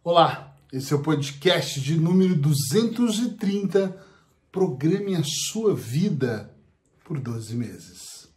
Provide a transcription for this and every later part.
Olá, esse é o podcast de número 230, Programe a Sua Vida por 12 meses.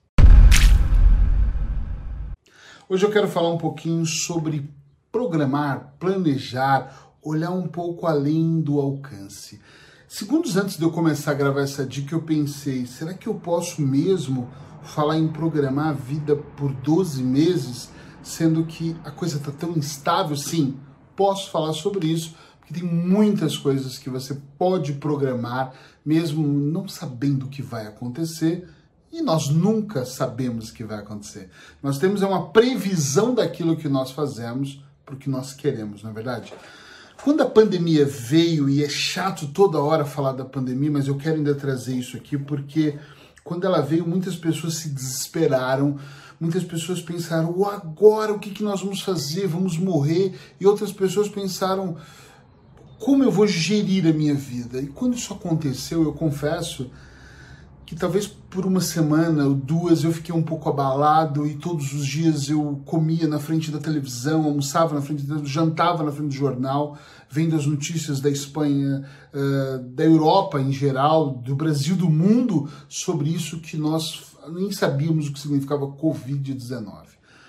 Hoje eu quero falar um pouquinho sobre programar, planejar, olhar um pouco além do alcance. Segundos antes de eu começar a gravar essa dica, eu pensei, será que eu posso mesmo falar em programar a vida por 12 meses, sendo que a coisa está tão instável? Sim, posso falar sobre isso, porque tem muitas coisas que você pode programar, mesmo não sabendo o que vai acontecer, e nós nunca sabemos o que vai acontecer. Nós temos uma previsão daquilo que nós fazemos, porque nós queremos, não é verdade? Quando a pandemia veio, e é chato toda hora falar da pandemia, mas eu quero ainda trazer isso aqui, porque quando ela veio, muitas pessoas se desesperaram, muitas pessoas pensaram, agora o que nós vamos fazer? Vamos morrer? E outras pessoas pensaram, como eu vou gerir a minha vida? E quando isso aconteceu, eu confesso que talvez por uma semana ou duas eu fiquei um pouco abalado e todos os dias eu comia na frente da televisão, almoçava na frente da televisão, jantava na frente do jornal, vendo as notícias da Espanha, da Europa em geral, do Brasil, do mundo, sobre isso que nós nem sabíamos o que significava Covid-19.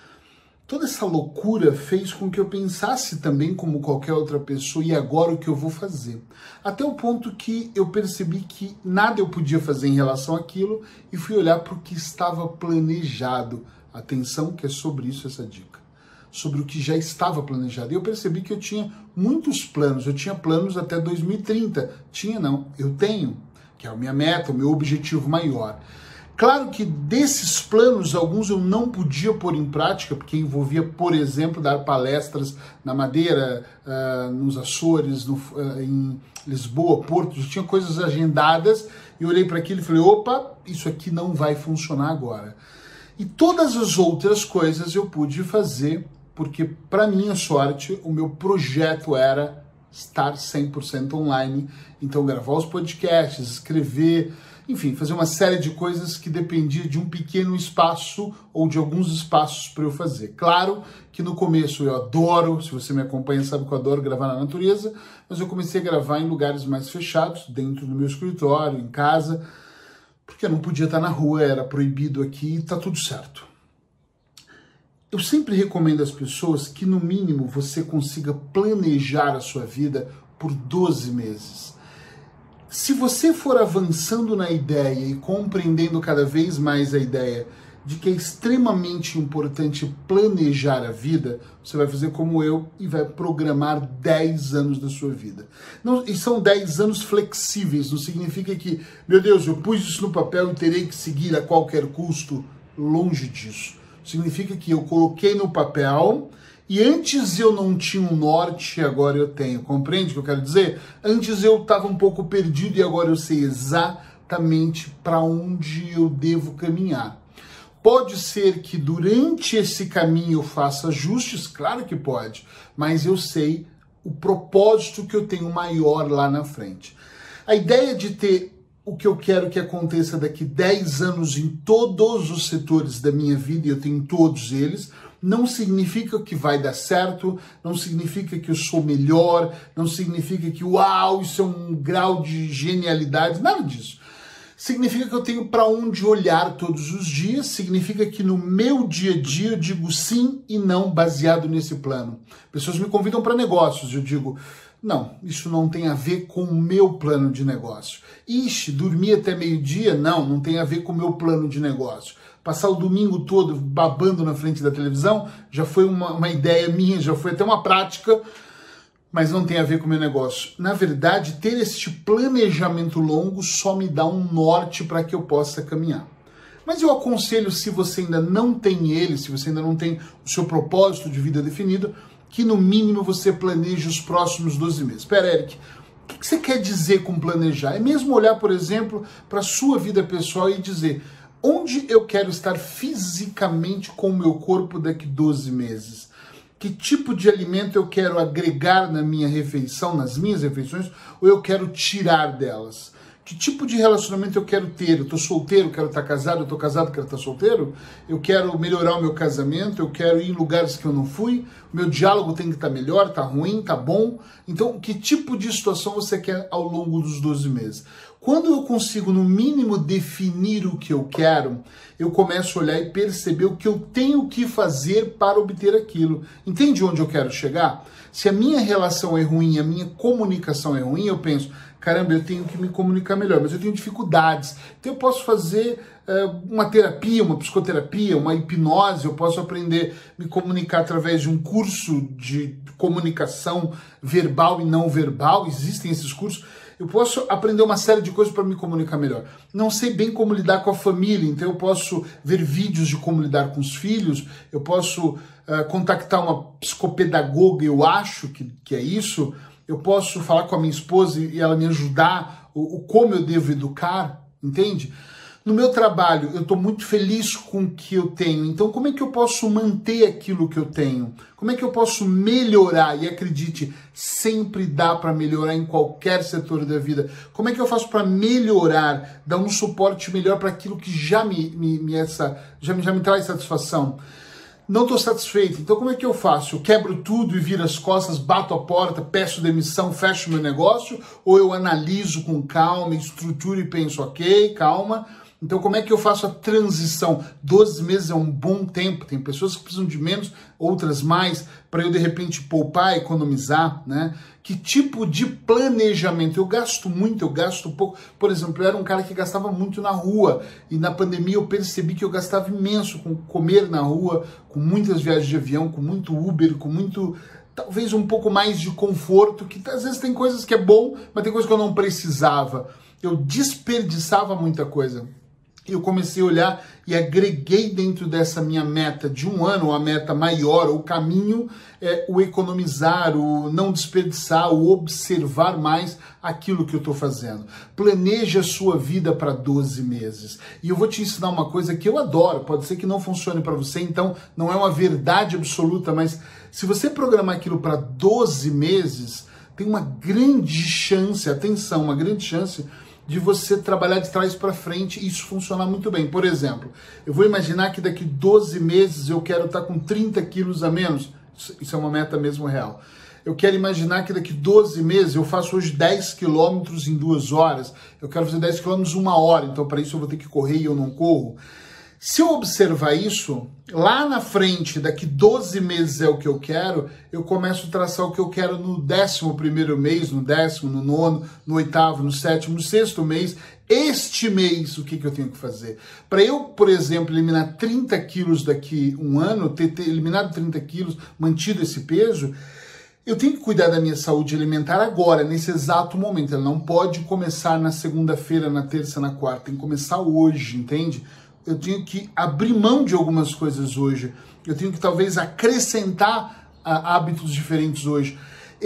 Toda essa loucura fez com que eu pensasse também como qualquer outra pessoa, e agora o que eu vou fazer? Até o ponto que eu percebi que nada eu podia fazer em relação àquilo e fui olhar para o que estava planejado. Atenção, que é sobre isso essa dica. Sobre o que já estava planejado. E eu percebi que eu tinha muitos planos. Eu tinha planos até 2030. Tinha não, eu tenho, que é a minha meta, o meu objetivo maior. Claro que desses planos, alguns eu não podia pôr em prática, porque envolvia, por exemplo, dar palestras na Madeira, nos Açores, em Lisboa, Porto, já tinha coisas agendadas, e eu olhei para aquilo e falei, opa, isso aqui não vai funcionar agora. E todas as outras coisas eu pude fazer, porque, para minha sorte, o meu projeto era estar 100% online, então gravar os podcasts, escrever, enfim, fazer uma série de coisas que dependia de um pequeno espaço ou de alguns espaços para eu fazer. Claro que no começo eu adoro, se você me acompanha sabe que eu adoro gravar na natureza, mas eu comecei a gravar em lugares mais fechados, dentro do meu escritório, em casa, porque eu não podia estar na rua, era proibido aqui e tá tudo certo. Eu sempre recomendo às pessoas que no mínimo você consiga planejar a sua vida por 12 meses. Se você for avançando na ideia e compreendendo cada vez mais a ideia de que é extremamente importante planejar a vida, você vai fazer como eu e vai programar 10 anos da sua vida. Não, e são 10 anos flexíveis, não significa que, meu Deus, eu pus isso no papel e terei que seguir a qualquer custo. Longe disso. Significa que eu coloquei no papel e antes eu não tinha um norte e agora eu tenho. Compreende o que eu quero dizer? Antes eu estava um pouco perdido e agora eu sei exatamente para onde eu devo caminhar. Pode ser que durante esse caminho eu faça ajustes, claro que pode, mas eu sei o propósito que eu tenho maior lá na frente. A ideia de ter o que eu quero que aconteça daqui 10 anos em todos os setores da minha vida, e eu tenho todos eles, não significa que vai dar certo, não significa que eu sou melhor, não significa que, uau, isso é um grau de genialidade, nada disso. Significa que eu tenho para onde olhar todos os dias, significa que no meu dia a dia eu digo sim e não baseado nesse plano. Pessoas me convidam para negócios, eu digo, não, isso não tem a ver com o meu plano de negócio. Ixi, dormir até meio-dia? Não tem a ver com o meu plano de negócio. Passar o domingo todo babando na frente da televisão já foi uma ideia minha, já foi até uma prática, mas não tem a ver com o meu negócio. Na verdade, ter este planejamento longo só me dá um norte para que eu possa caminhar. Mas eu aconselho, se você ainda não tem ele, se você ainda não tem o seu propósito de vida definido, que no mínimo você planeje os próximos 12 meses. Espera, Eric, o que você quer dizer com planejar? É mesmo olhar, por exemplo, para a sua vida pessoal e dizer onde eu quero estar fisicamente com o meu corpo daqui 12 meses? Que tipo de alimento eu quero agregar na minha refeição, nas minhas refeições, ou eu quero tirar delas? Que tipo de relacionamento eu quero ter? Eu tô solteiro, quero estar casado, eu tô casado, quero estar solteiro? Eu quero melhorar o meu casamento, eu quero ir em lugares que eu não fui, o meu diálogo tem que estar melhor, tá ruim, tá bom? Então, que tipo de situação você quer ao longo dos 12 meses? Quando eu consigo, no mínimo, definir o que eu quero, eu começo a olhar e perceber o que eu tenho que fazer para obter aquilo. Entende onde eu quero chegar? Se a minha relação é ruim, a minha comunicação é ruim, eu penso, caramba, eu tenho que me comunicar melhor, mas eu tenho dificuldades. Então eu posso fazer uma terapia, uma psicoterapia, uma hipnose, eu posso aprender a me comunicar através de um curso de comunicação verbal e não verbal, existem esses cursos. Eu posso aprender uma série de coisas para me comunicar melhor. Não sei bem como lidar com a família, então eu posso ver vídeos de como lidar com os filhos, eu posso contactar uma psicopedagoga, eu acho que é isso, eu posso falar com a minha esposa e ela me ajudar o como eu devo educar, entende? No meu trabalho, eu estou muito feliz com o que eu tenho, então como é que eu posso manter aquilo que eu tenho? Como é que eu posso melhorar? E acredite, sempre dá para melhorar em qualquer setor da vida. Como é que eu faço para melhorar, dar um suporte melhor para aquilo que já me traz satisfação? Não estou satisfeito, então como é que eu faço? Eu quebro tudo e viro as costas, bato a porta, peço demissão, fecho meu negócio? Ou eu analiso com calma, estruturo e penso, ok, calma. Então como é que eu faço a transição? 12 meses é um bom tempo, tem pessoas que precisam de menos, outras mais, para eu de repente poupar, economizar, né? Que tipo de planejamento? Eu gasto muito, eu gasto pouco. Por exemplo, eu era um cara que gastava muito na rua, e na pandemia eu percebi que eu gastava imenso com comer na rua, com muitas viagens de avião, com muito Uber, com muito... talvez um pouco mais de conforto, que às vezes tem coisas que é bom, mas tem coisas que eu não precisava. Eu desperdiçava muita coisa. Eu comecei a olhar e agreguei dentro dessa minha meta de um ano, a meta maior, o caminho é o economizar, o não desperdiçar, o observar mais aquilo que eu estou fazendo. Planeje a sua vida para 12 meses. E eu vou te ensinar uma coisa que eu adoro, pode ser que não funcione para você, então não é uma verdade absoluta, mas se você programar aquilo para 12 meses, tem uma grande chance, atenção, uma grande chance de você trabalhar de trás para frente e isso funcionar muito bem. Por exemplo, eu vou imaginar que daqui 12 meses eu quero estar com 30 quilos a menos. Isso é uma meta mesmo real. Eu quero imaginar que daqui 12 meses eu faço hoje 10 quilômetros em 2 horas. Eu quero fazer 10 quilômetros em 1 hora, então para isso eu vou ter que correr e eu não corro. Se eu observar isso, lá na frente, daqui 12 meses é o que eu quero, eu começo a traçar o que eu quero no 11º mês, no 10º, no 9º, no 8º, no 7º, no 6º mês. Este mês, o que eu tenho que fazer? Para eu, por exemplo, eliminar 30 quilos daqui um ano, ter eliminado 30 quilos, mantido esse peso, eu tenho que cuidar da minha saúde alimentar agora, nesse exato momento. Ela não pode começar na segunda-feira, na terça, na quarta. Tem que começar hoje, entende? Eu tenho que abrir mão de algumas coisas hoje. Eu tenho que talvez acrescentar hábitos diferentes hoje.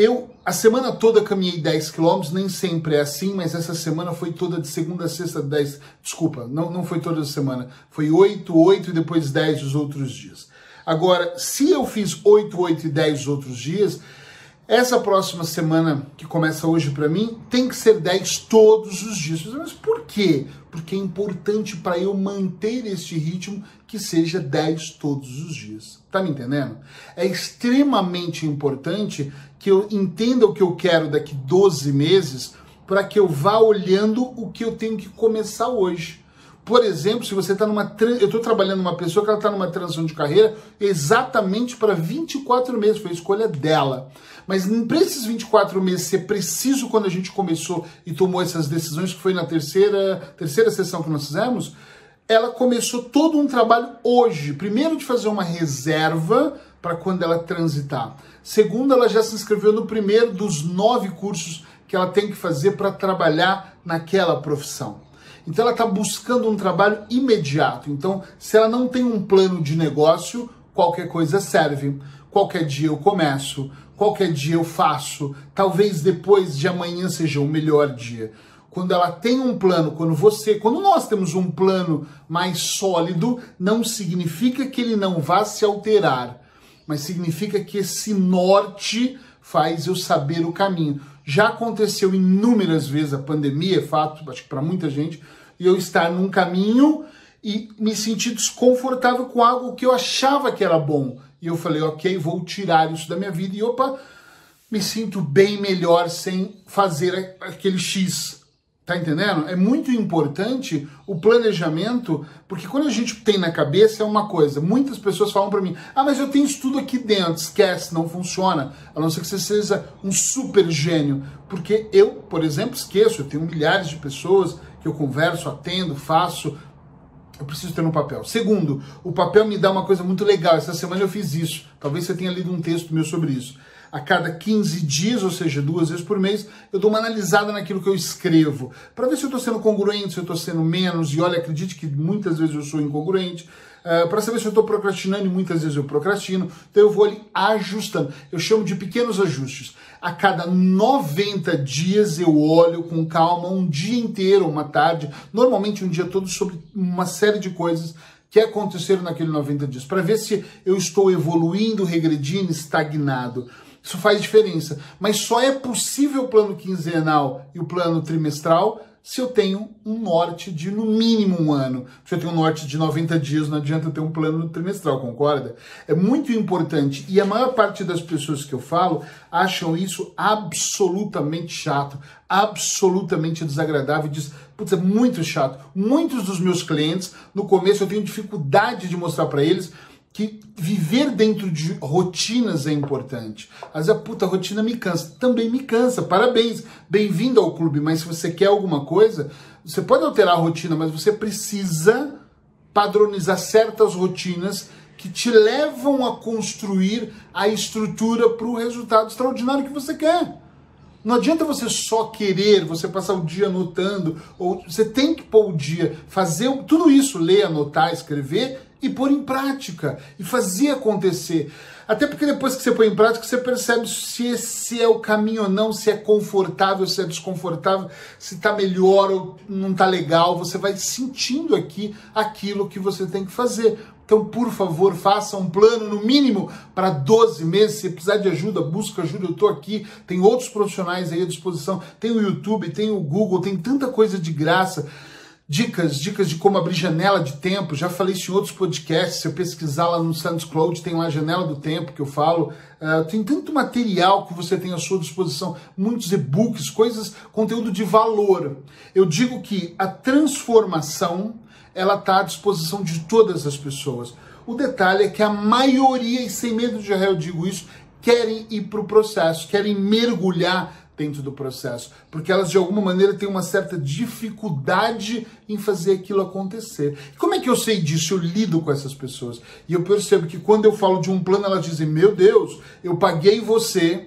A semana toda caminhei 10 quilômetros, nem sempre é assim, mas essa semana foi toda de segunda a sexta, 10. Desculpa, não foi toda a semana. Foi 8 e depois 10 os outros dias. Agora, se eu fiz 8 e 10 os outros dias, essa próxima semana, que começa hoje para mim, tem que ser 10 todos os dias. Mas por quê? Porque é importante para eu manter este ritmo que seja 10 todos os dias. Tá me entendendo? É extremamente importante que eu entenda o que eu quero daqui 12 meses para que eu vá olhando o que eu tenho que começar hoje. Por exemplo, se você está eu estou trabalhando uma pessoa que ela está numa transição de carreira exatamente para 24 meses, foi a escolha dela. Mas para esses 24 meses ser preciso quando a gente começou e tomou essas decisões, que foi na terceira sessão que nós fizemos, ela começou todo um trabalho hoje. Primeiro, de fazer uma reserva para quando ela transitar. Segundo, ela já se inscreveu no primeiro dos 9 cursos que ela tem que fazer para trabalhar naquela profissão. Então ela está buscando um trabalho imediato. Então, se ela não tem um plano de negócio, qualquer coisa serve. Qualquer dia eu começo, qualquer dia eu faço. Talvez depois de amanhã seja o melhor dia. Quando ela tem um plano, quando nós temos um plano mais sólido, não significa que ele não vá se alterar, mas significa que esse norte faz eu saber o caminho. Já aconteceu inúmeras vezes, a pandemia, é fato, acho que para muita gente, e eu estar num caminho e me sentir desconfortável com algo que eu achava que era bom. E eu falei, ok, vou tirar isso da minha vida e opa, me sinto bem melhor sem fazer aquele X. Tá entendendo? É muito importante o planejamento, porque quando a gente tem na cabeça é uma coisa. Muitas pessoas falam para mim, mas eu tenho isso tudo aqui dentro. Esquece, não funciona. A não ser que você seja um super gênio. Porque eu, por exemplo, esqueço. Eu tenho milhares de pessoas que eu converso, atendo, faço. Eu preciso ter um papel. Segundo, o papel me dá uma coisa muito legal. Essa semana eu fiz isso. Talvez você tenha lido um texto meu sobre isso. A cada 15 dias, ou seja, 2 vezes por mês, eu dou uma analisada naquilo que eu escrevo, para ver se eu estou sendo congruente, se eu estou sendo menos, e olha, acredite que muitas vezes eu sou incongruente, para saber se eu estou procrastinando, e muitas vezes eu procrastino, então eu vou ali ajustando. Eu chamo de pequenos ajustes. A cada 90 dias eu olho com calma um dia inteiro, uma tarde, normalmente um dia todo, sobre uma série de coisas que aconteceram naqueles 90 dias, para ver se eu estou evoluindo, regredindo, estagnado. Isso faz diferença, mas só é possível o plano quinzenal e o plano trimestral se eu tenho um norte de no mínimo um ano. Se eu tenho um norte de 90 dias, não adianta eu ter um plano trimestral, concorda? É muito importante, e a maior parte das pessoas que eu falo acham isso absolutamente chato, absolutamente desagradável, e diz, putz, é muito chato. Muitos dos meus clientes, no começo eu tenho dificuldade de mostrar para eles que viver dentro de rotinas é importante. Mas a rotina me cansa. Também me cansa. Parabéns. Bem-vindo ao clube. Mas se você quer alguma coisa, você pode alterar a rotina, mas você precisa padronizar certas rotinas que te levam a construir a estrutura para o resultado extraordinário que você quer. Não adianta você só querer, você passar o dia anotando, ou você tem que pôr o dia, fazer tudo isso, ler, anotar, escrever e pôr em prática, e fazer acontecer. Até porque depois que você põe em prática, você percebe se esse é o caminho ou não, se é confortável, se é desconfortável, se está melhor ou não está legal, você vai sentindo aqui aquilo que você tem que fazer. Então, por favor, faça um plano, no mínimo, para 12 meses. Se precisar de ajuda, busca ajuda, eu estou aqui. Tem outros profissionais aí à disposição. Tem o YouTube, tem o Google, tem tanta coisa de graça. Dicas de como abrir janela de tempo. Já falei isso em outros podcasts. Se eu pesquisar lá no SoundCloud, tem uma janela do tempo que eu falo. Tem tanto material que você tem à sua disposição. Muitos e-books, coisas, conteúdo de valor. Eu digo que a transformação, ela está à disposição de todas as pessoas. O detalhe é que a maioria, e sem medo de errar eu digo isso, querem ir para o processo, querem mergulhar dentro do processo, porque elas de alguma maneira têm uma certa dificuldade em fazer aquilo acontecer. E como é que eu sei disso? Eu lido com essas pessoas e eu percebo que quando eu falo de um plano, elas dizem, meu Deus, eu paguei você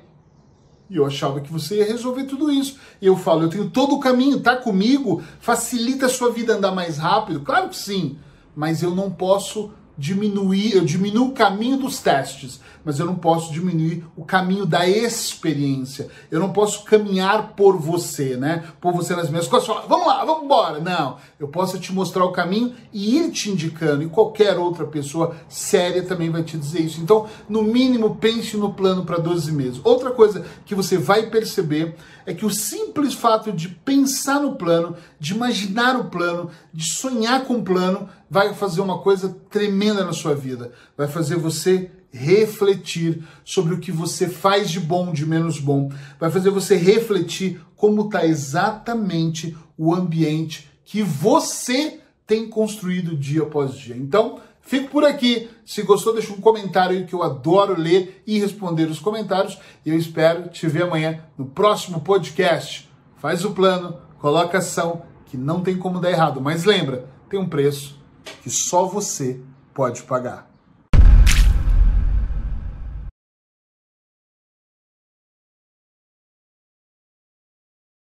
e eu achava que você ia resolver tudo isso. E eu falo, eu tenho todo o caminho, tá comigo, facilita a sua vida andar mais rápido? Claro que sim, mas eu não posso diminuir, eu diminuo o caminho dos testes, mas eu não posso diminuir o caminho da experiência. Eu não posso caminhar por você, né? Por você nas minhas costas e falar, vamos lá, vamos embora. Não, eu posso te mostrar o caminho e ir te indicando, e qualquer outra pessoa séria também vai te dizer isso. Então, no mínimo, pense no plano para 12 meses. Outra coisa que você vai perceber é que o simples fato de pensar no plano, de imaginar o plano, de sonhar com o plano, vai fazer uma coisa tremenda na sua vida. Vai fazer você refletir sobre o que você faz de bom, de menos bom. Vai fazer você refletir como está exatamente o ambiente que você tem construído dia após dia. Então, fico por aqui. Se gostou, deixa um comentário aí que eu adoro ler e responder os comentários. E eu espero te ver amanhã no próximo podcast. Faz o plano, coloca ação, que não tem como dar errado. Mas lembra, tem um preço que só você pode pagar.